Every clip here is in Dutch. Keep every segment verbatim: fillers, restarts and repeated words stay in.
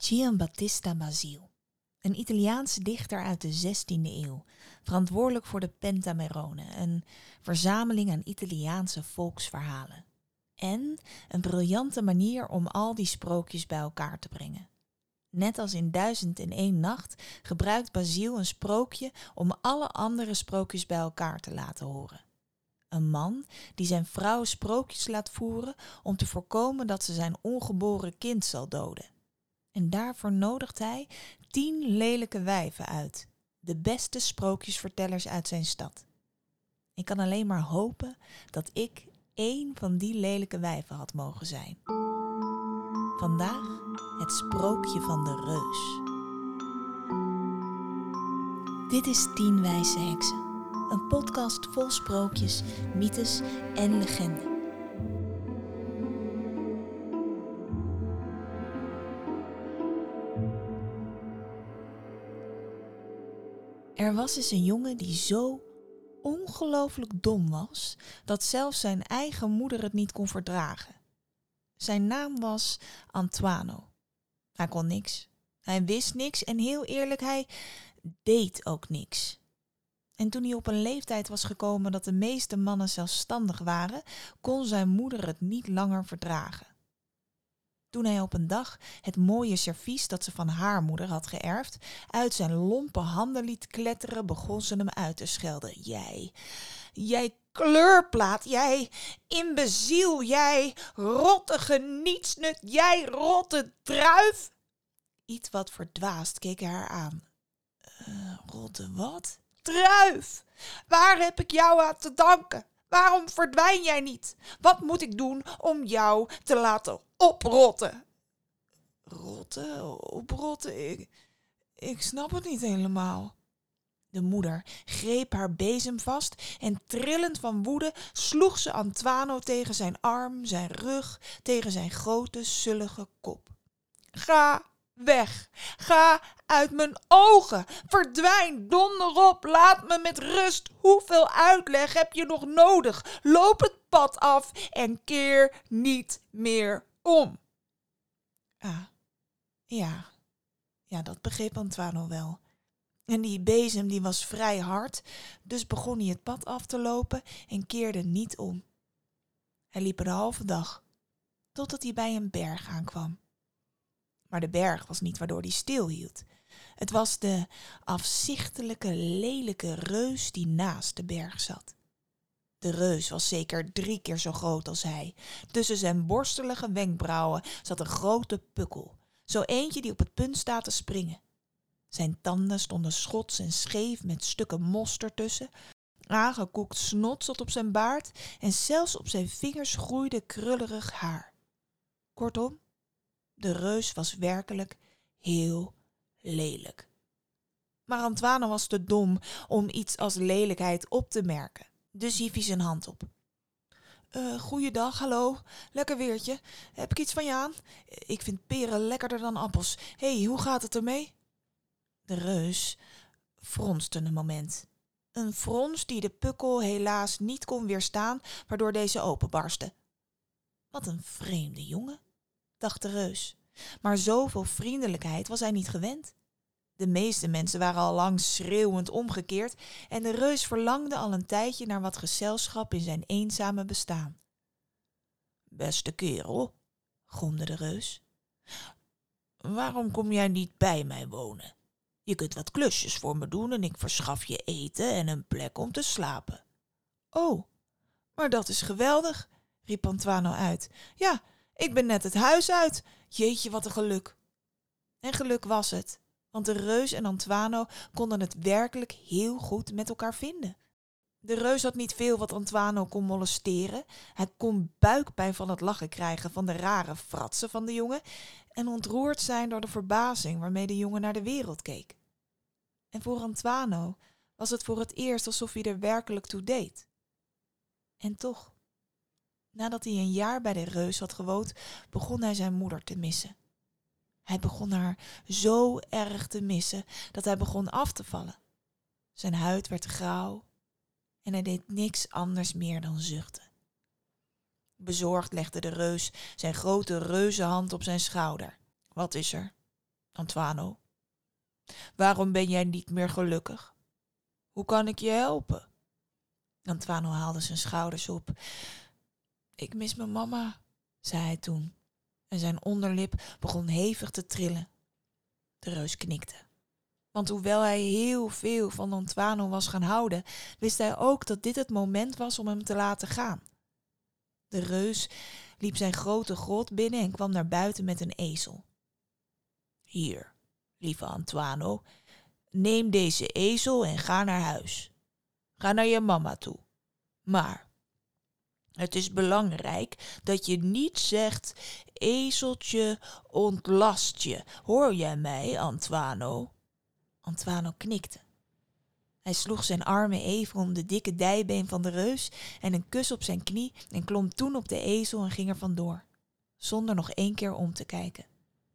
Giambattista Basile, een Italiaanse dichter uit de zestiende eeuw, verantwoordelijk voor de Pentamerone, een verzameling aan Italiaanse volksverhalen. En een briljante manier om al die sprookjes bij elkaar te brengen. Net als in Duizend en één Nacht gebruikt Basile een sprookje om alle andere sprookjes bij elkaar te laten horen. Een man die zijn vrouw sprookjes laat voeren om te voorkomen dat ze zijn ongeboren kind zal doden. En daarvoor nodigt hij tien lelijke wijven uit, de beste sprookjesvertellers uit zijn stad. Ik kan alleen maar hopen dat ik één van die lelijke wijven had mogen zijn. Vandaag het sprookje van de reus. Dit is Tien Wijze Heksen, een podcast vol sprookjes, mythes en legenden. Er was eens een jongen die zo ongelooflijk dom was, dat zelfs zijn eigen moeder het niet kon verdragen. Zijn naam was Antoine. Hij kon niks. Hij wist niks en heel eerlijk, hij deed ook niks. En toen hij op een leeftijd was gekomen dat de meeste mannen zelfstandig waren, kon zijn moeder het niet langer verdragen. Toen hij op een dag het mooie servies dat ze van haar moeder had geërfd uit zijn lompe handen liet kletteren, begon ze hem uit te schelden. Jij, jij kleurplaat, jij imbeziel, jij rottige nietsnut, jij rotte druif. Iets wat verdwaasd keek hij haar aan. Uh, rotte wat? Druif! Waar heb ik jou aan te danken? Waarom verdwijn jij niet? Wat moet ik doen om jou te laten oprotten? Rotten, oprotten, ik, ik snap het niet helemaal. De moeder greep haar bezem vast en trillend van woede sloeg ze Antoine tegen zijn arm, zijn rug, tegen zijn grote, sullige kop. Ga weg, ga uit mijn ogen, verdwijn, donder op, laat me met rust. Hoeveel uitleg heb je nog nodig? Loop het pad af en keer niet meer om. Ah, ja, ja, dat begreep Antoine wel. En die bezem die was vrij hard, dus begon hij het pad af te lopen en keerde niet om. Hij liep een halve dag, totdat hij bij een berg aankwam. Maar de berg was niet waardoor hij stilhield. Het was de afzichtelijke, lelijke reus die naast de berg zat. De reus was zeker drie keer zo groot als hij. Tussen zijn borstelige wenkbrauwen zat een grote pukkel, zo eentje die op het punt staat te springen. Zijn tanden stonden schots en scheef met stukken mos ertussen. Aangekoekt snot zat op zijn baard en zelfs op zijn vingers groeide krullerig haar. Kortom, de reus was werkelijk heel lelijk. Maar Antoine was te dom om iets als lelijkheid op te merken, dus hief hij zijn hand op. Uh, goeiedag, hallo, lekker weertje. Heb ik iets van je aan? Ik vind peren lekkerder dan appels. Hé, hey, hoe gaat het ermee? De reus fronste een moment. Een frons die de pukkel helaas niet kon weerstaan, waardoor deze openbarstte. Wat een vreemde jongen, dacht de reus. Maar zoveel vriendelijkheid was hij niet gewend. De meeste mensen waren al lang schreeuwend omgekeerd en de reus verlangde al een tijdje naar wat gezelschap in zijn eenzame bestaan. Beste kerel, gromde de reus, waarom kom jij niet bij mij wonen? Je kunt wat klusjes voor me doen en ik verschaf je eten en een plek om te slapen. Oh, maar dat is geweldig, riep Antoine uit. Ja, ik ben net het huis uit. Jeetje, wat een geluk. En geluk was het, want de reus en Antoine konden het werkelijk heel goed met elkaar vinden. De reus had niet veel wat Antoine kon molesteren. Hij kon buikpijn van het lachen krijgen van de rare fratsen van de jongen en ontroerd zijn door de verbazing waarmee de jongen naar de wereld keek. En voor Antoine was het voor het eerst alsof hij er werkelijk toe deed. En toch, nadat hij een jaar bij de reus had gewoond, begon hij zijn moeder te missen. Hij begon haar zo erg te missen dat hij begon af te vallen. Zijn huid werd grauw en hij deed niks anders meer dan zuchten. Bezorgd legde de reus zijn grote reuzenhand op zijn schouder. Wat is er? Antoano, waarom ben jij niet meer gelukkig? Hoe kan ik je helpen? Antoano haalde zijn schouders op. Ik mis mijn mama, zei hij toen. En zijn onderlip begon hevig te trillen. De reus knikte. Want hoewel hij heel veel van Antoano was gaan houden, wist hij ook dat dit het moment was om hem te laten gaan. De reus liep zijn grote grot binnen en kwam naar buiten met een ezel. Hier, lieve Antoano, neem deze ezel en ga naar huis. Ga naar je mama toe. Maar het is belangrijk dat je niet zegt, ezeltje, ontlast je. Hoor jij mij, Antoano? Antoano knikte. Hij sloeg zijn armen even om de dikke dijbeen van de reus en een kus op zijn knie en klom toen op de ezel en ging er vandoor, zonder nog één keer om te kijken.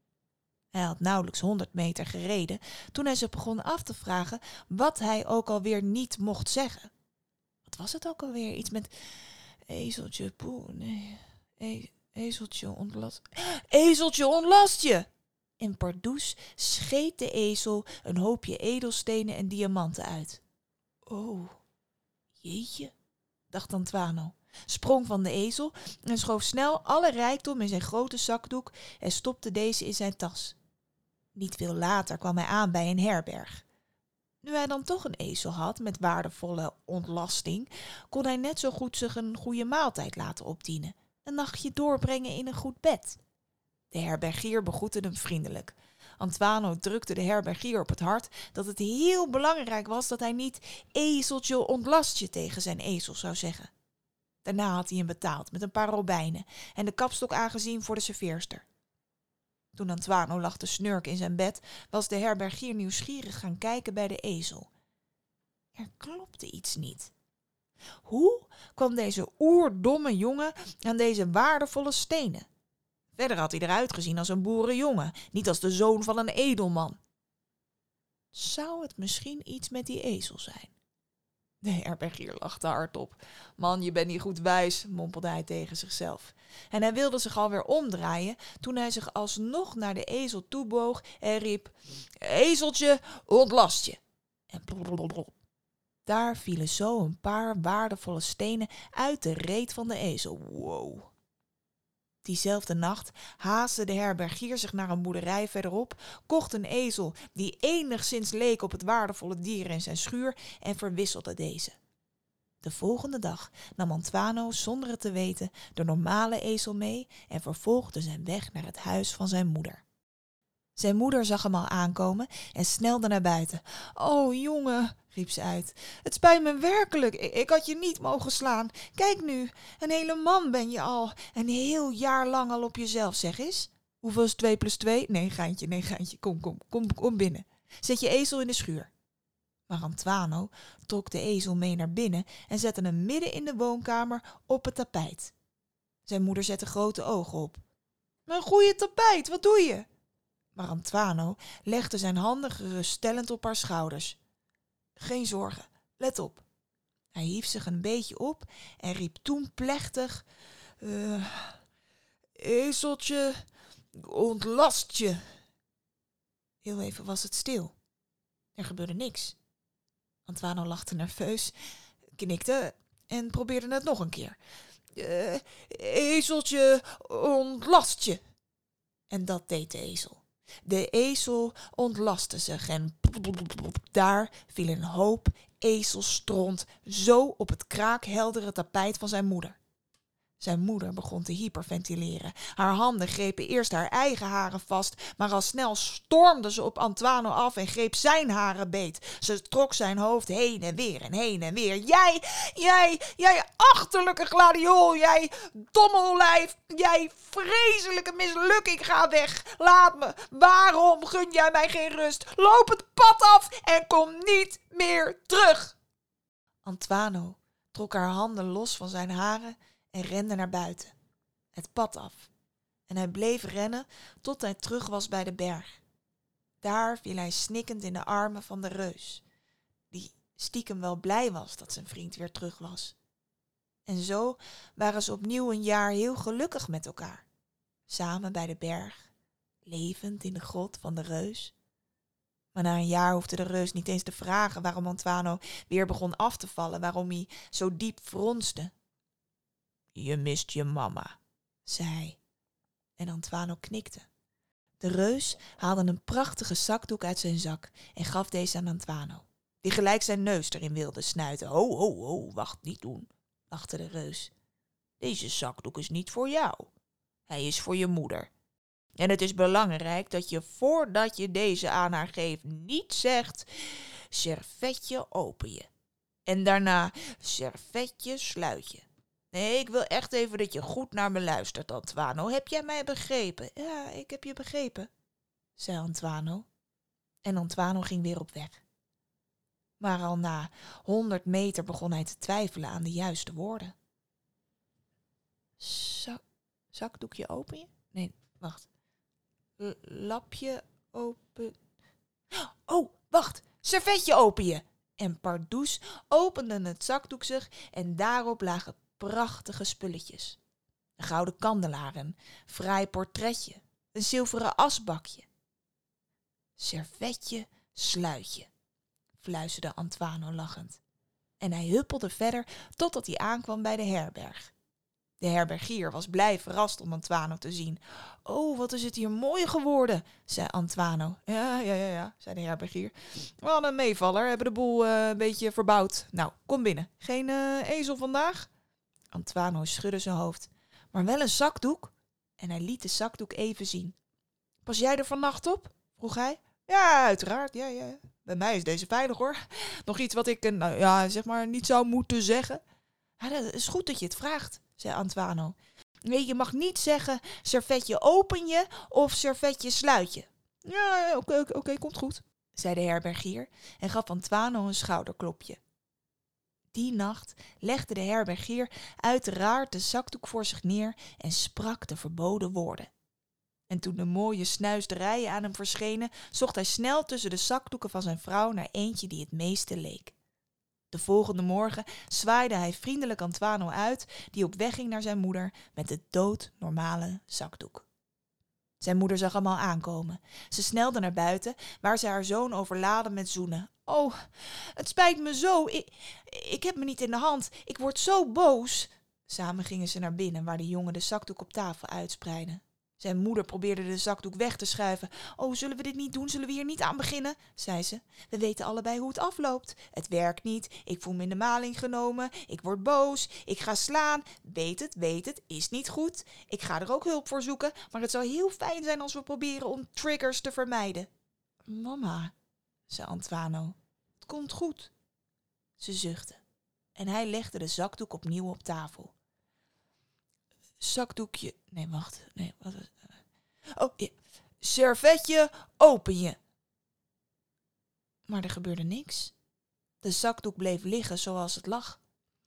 Hij had nauwelijks honderd meter gereden toen hij zich begon af te vragen wat hij ook alweer niet mocht zeggen. Wat was het ook alweer? Iets met ezeltje, poe, nee, e ezeltje ontlast. Ezeltje ontlast je! En pardoes scheet de ezel een hoopje edelstenen en diamanten uit. Oh, jeetje, dacht Antoano, sprong van de ezel en schoof snel alle rijkdom in zijn grote zakdoek en stopte deze in zijn tas. Niet veel later kwam hij aan bij een herberg. Nu hij dan toch een ezel had met waardevolle ontlasting, kon hij net zo goed zich een goede maaltijd laten opdienen, een nachtje doorbrengen in een goed bed. De herbergier begroette hem vriendelijk. Antoano drukte de herbergier op het hart dat het heel belangrijk was dat hij niet ezeltje ontlast je tegen zijn ezel zou zeggen. Daarna had hij hem betaald met een paar robijnen en de kapstok aangezien voor de serveerster. Toen Antoano lag te snurken in zijn bed, was de herbergier nieuwsgierig gaan kijken bij de ezel. Er klopte iets niet. Hoe kwam deze oerdomme jongen aan deze waardevolle stenen? Verder had hij eruit gezien als een boerenjongen, niet als de zoon van een edelman. Zou het misschien iets met die ezel zijn? De herbergier lachte hardop. Man, je bent niet goed wijs, mompelde hij tegen zichzelf. En hij wilde zich alweer omdraaien toen hij zich alsnog naar de ezel toeboog en riep, ezeltje, ontlast je. En blablabla. Daar vielen zo een paar waardevolle stenen uit de reet van de ezel. Wow. Diezelfde nacht haastte de herbergier zich naar een boerderij verderop, kocht een ezel die enigszins leek op het waardevolle dier in zijn schuur en verwisselde deze. De volgende dag nam Antoano zonder het te weten de normale ezel mee en vervolgde zijn weg naar het huis van zijn moeder. Zijn moeder zag hem al aankomen en snelde naar buiten. "O, jongen," riep ze uit, "het spijt me werkelijk. Ik, ik had je niet mogen slaan. Kijk nu, een hele man ben je al. Een heel jaar lang al op jezelf, zeg eens. Hoeveel is twee plus twee? Nee, geintje, nee, geintje. Kom, kom, kom, kom binnen. Zet je ezel in de schuur." Maar Antoano trok de ezel mee naar binnen en zette hem midden in de woonkamer op het tapijt. Zijn moeder zette grote ogen op. "Mijn goeie tapijt, wat doe je?" Maar Antoano legde zijn handen geruststellend op haar schouders. "Geen zorgen, let op." Hij hief zich een beetje op en riep toen plechtig, uh, ezeltje, ontlast je." Heel even was het stil. Er gebeurde niks. Antoano lachte nerveus, knikte en probeerde het nog een keer. Uh, ezeltje, ontlast je. En dat deed de ezel. De ezel ontlastte zich en daar viel een hoop ezelstront zo op het kraakheldere tapijt van zijn moeder. Zijn moeder begon te hyperventileren. Haar handen grepen eerst haar eigen haren vast, maar al snel stormde ze op Antoano af en greep zijn haren beet. Ze trok zijn hoofd heen en weer en heen en weer. Jij, jij, jij achterlijke gladiool, jij dommellijf, jij vreselijke mislukking, ga weg. Laat me, waarom gun jij mij geen rust? Loop het pad af en kom niet meer terug. Antoano trok haar handen los van zijn haren en rende naar buiten, het pad af. En hij bleef rennen tot hij terug was bij de berg. Daar viel hij snikkend in de armen van de reus, die stiekem wel blij was dat zijn vriend weer terug was. En zo waren ze opnieuw een jaar heel gelukkig met elkaar, samen bij de berg, levend in de grot van de reus. Maar na een jaar hoefde de reus niet eens te vragen waarom Antoine weer begon af te vallen, waarom hij zo diep fronste. Je mist je mama, zei hij. En Antoine knikte. De reus haalde een prachtige zakdoek uit zijn zak en gaf deze aan Antoine, die gelijk zijn neus erin wilde snuiten. Ho, ho, ho, wacht, niet doen, lachte de reus. Deze zakdoek is niet voor jou. Hij is voor je moeder. En het is belangrijk dat je voordat je deze aan haar geeft niet zegt, servetje open je. En daarna, servetje sluit je. Nee, ik wil echt even dat je goed naar me luistert, Antoine. Heb jij mij begrepen? Ja, ik heb je begrepen, zei Antoine. En Antoine ging weer op weg. Maar al na honderd meter begon hij te twijfelen aan de juiste woorden. Zak, zakdoekje open je? Nee, wacht. L- lapje open. Oh, wacht, servetje open je. En Pardoes opende het zakdoek zich en daarop lagen prachtige spulletjes. Een gouden kandelaar, een fraai portretje, een zilveren asbakje. Servetje, sluitje, fluisterde Antoine lachend. En hij huppelde verder totdat hij aankwam bij de herberg. De herbergier was blij verrast om Antoine te zien. Oh, wat is het hier mooi geworden, zei Antoine. Ja, ja, ja, ja, zei de herbergier. We hadden een meevaller, hebben de boel uh, een beetje verbouwd. Nou, kom binnen. Geen uh, ezel vandaag? Antoine schudde zijn hoofd. Maar wel een zakdoek. En hij liet de zakdoek even zien. Pas jij er vannacht op? Vroeg hij. Ja, uiteraard. Ja, ja. Bij mij is deze veilig hoor. Nog iets wat ik, uh, nou ja, zeg maar, niet zou moeten zeggen. Ja, dat is goed dat je het vraagt, zei Antoine. Nee, je mag niet zeggen servetje open je of servetje sluit je. Ja, oké, okay, oké, okay, komt goed, zei de herbergier en gaf Antoine een schouderklopje. Die nacht legde de herbergier uiteraard de zakdoek voor zich neer en sprak de verboden woorden. En toen de mooie snuisterijen aan hem verschenen, zocht hij snel tussen de zakdoeken van zijn vrouw naar eentje die het meeste leek. De volgende morgen zwaaide hij vriendelijk Antoine uit, die op weg ging naar zijn moeder met de doodnormale zakdoek. Zijn moeder zag hem al aankomen. Ze snelde naar buiten, waar ze haar zoon overlaadde met zoenen. Oh, het spijt me zo. Ik, ik heb me niet in de hand. Ik word zo boos. Samen gingen ze naar binnen, waar de jongen de zakdoek op tafel uitspreidde. Zijn moeder probeerde de zakdoek weg te schuiven. Oh, zullen we dit niet doen? Zullen we hier niet aan beginnen? Zei ze. We weten allebei hoe het afloopt. Het werkt niet. Ik voel me in de maling genomen. Ik word boos. Ik ga slaan. Weet het, weet het. Is niet goed. Ik ga er ook hulp voor zoeken. Maar het zou heel fijn zijn als we proberen om triggers te vermijden. Mama, zei Antoine. Het komt goed. Ze zuchtte. En hij legde de zakdoek opnieuw op tafel. Zakdoekje. Nee, wacht. Nee, wat is... Oh, ja. Servetje, open je. Maar er gebeurde niks. De zakdoek bleef liggen zoals het lag.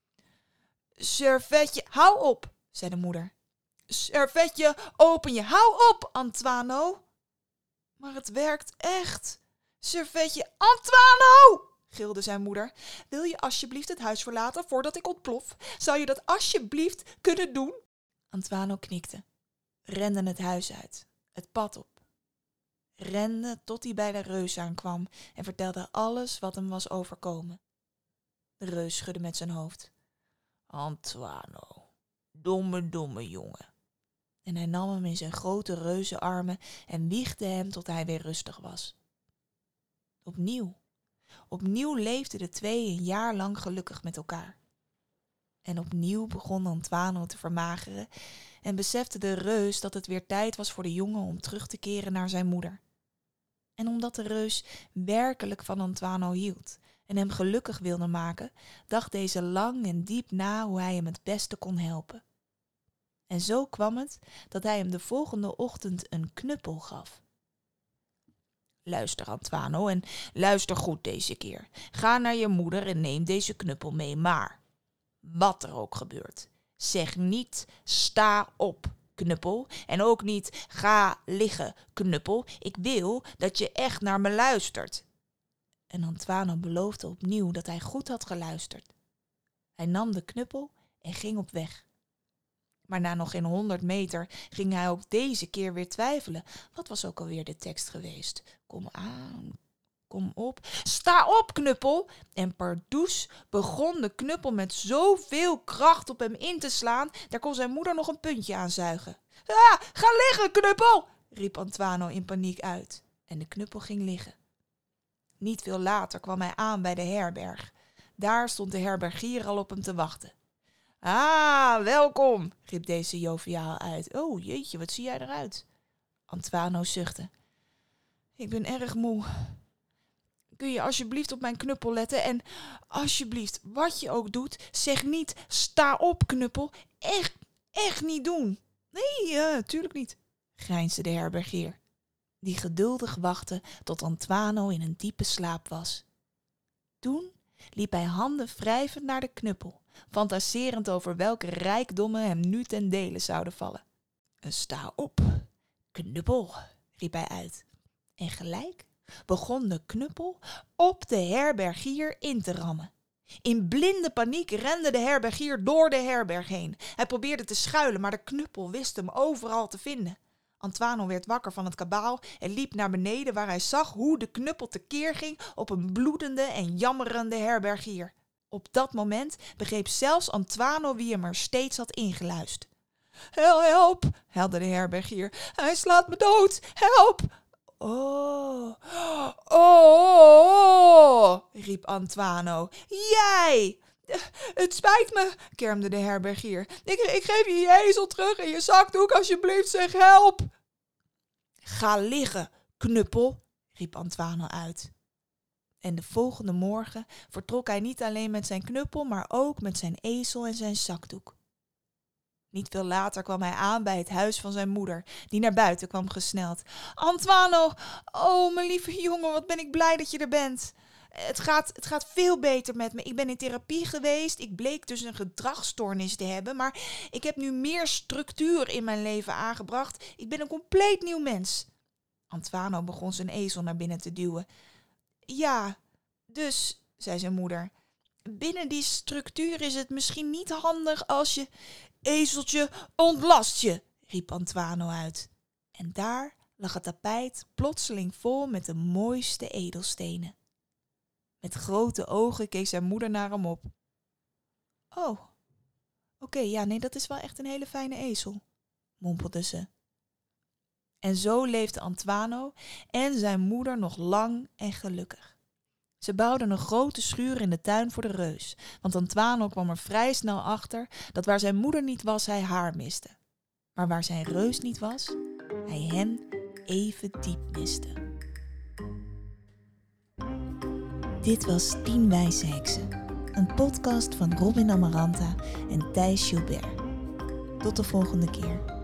Servetje, hou op, zei de moeder. Servetje, open je. Hou op, Antoine. Maar het werkt echt. Servetje, Antoine, gilde zijn moeder. Wil je alsjeblieft het huis verlaten voordat ik ontplof? Zou je dat alsjeblieft kunnen doen? Antoine knikte, rende het huis uit, het pad op. Rende tot hij bij de reus aankwam en vertelde alles wat hem was overkomen. De reus schudde met zijn hoofd. Antoine, domme, domme jongen. En hij nam hem in zijn grote reuzenarmen en wiegde hem tot hij weer rustig was. Opnieuw, opnieuw leefden de twee een jaar lang gelukkig met elkaar. En opnieuw begon Antoine te vermageren en besefte de reus dat het weer tijd was voor de jongen om terug te keren naar zijn moeder. En omdat de reus werkelijk van Antoine hield en hem gelukkig wilde maken, dacht deze lang en diep na hoe hij hem het beste kon helpen. En zo kwam het dat hij hem de volgende ochtend een knuppel gaf. Luister, Antoine, en luister goed deze keer. Ga naar je moeder en neem deze knuppel mee, maar wat er ook gebeurt, zeg niet sta op, knuppel, en ook niet ga liggen, knuppel. Ik wil dat je echt naar me luistert. En Antoine beloofde opnieuw dat hij goed had geluisterd. Hij nam de knuppel en ging op weg. Maar na nog geen honderd meter ging hij ook deze keer weer twijfelen. Wat was ook alweer de tekst geweest? Kom aan, kom op. Sta op, knuppel! En pardoes begon de knuppel met zoveel kracht op hem in te slaan, daar kon zijn moeder nog een puntje aan zuigen. Ah, ga liggen, knuppel! Riep Antoine in paniek uit. En de knuppel ging liggen. Niet veel later kwam hij aan bij de herberg. Daar stond de herbergier al op hem te wachten. Ah, welkom, riep deze joviaal uit. Oh, jeetje, wat zie jij eruit? Antoine zuchtte. Ik ben erg moe. Kun je alsjeblieft op mijn knuppel letten en alsjeblieft, wat je ook doet, zeg niet, sta op, knuppel. Echt, echt niet doen. Nee, uh, tuurlijk niet, grijnsde de herbergier, die geduldig wachtte tot Antoine in een diepe slaap was. Toen liep hij handen wrijvend naar de knuppel, fantaserend over welke rijkdommen hem nu ten dele zouden vallen. Sta op, knuppel, riep hij uit. En gelijk begon de knuppel op de herbergier in te rammen. In blinde paniek rende de herbergier door de herberg heen. Hij probeerde te schuilen, maar de knuppel wist hem overal te vinden. Antoine werd wakker van het kabaal en liep naar beneden, waar hij zag hoe de knuppel tekeer ging op een bloedende en jammerende herbergier. Op dat moment begreep zelfs Antoine wie hem er steeds had ingeluisterd. Help, help, huilde de herbergier. Hij slaat me dood, help! Oh, oh, oh, riep Antoine. Jij! Het spijt me, kermde de herbergier. Ik, ik geef je je ezel terug en je zakdoek, alsjeblieft, zeg help. Ga liggen, knuppel, riep Antoine uit. En de volgende morgen vertrok hij niet alleen met zijn knuppel, maar ook met zijn ezel en zijn zakdoek. Niet veel later kwam hij aan bij het huis van zijn moeder, die naar buiten kwam gesneld. Antoine, oh mijn lieve jongen, wat ben ik blij dat je er bent. Het gaat, het gaat veel beter met me. Ik ben in therapie geweest. Ik bleek dus een gedragsstoornis te hebben, maar ik heb nu meer structuur in mijn leven aangebracht. Ik ben een compleet nieuw mens. Antoine begon zijn ezel naar binnen te duwen. Ja, dus, zei zijn moeder, binnen die structuur is het misschien niet handig als je... Ezeltje, ontlast je, riep Antoine uit. En daar lag het tapijt plotseling vol met de mooiste edelstenen. Met grote ogen keek zijn moeder naar hem op. Oh, oké, okay, ja, nee, dat is wel echt een hele fijne ezel, mompelde ze. En zo leefde Antoine en zijn moeder nog lang en gelukkig. Ze bouwden een grote schuur in de tuin voor de reus, want Antoine kwam er vrij snel achter dat waar zijn moeder niet was, hij haar miste. Maar waar zijn reus niet was, hij hen even diep miste. Dit was Tien Wijze Heksen, een podcast van Robin Amaranta en Thijs Gilbert. Tot de volgende keer.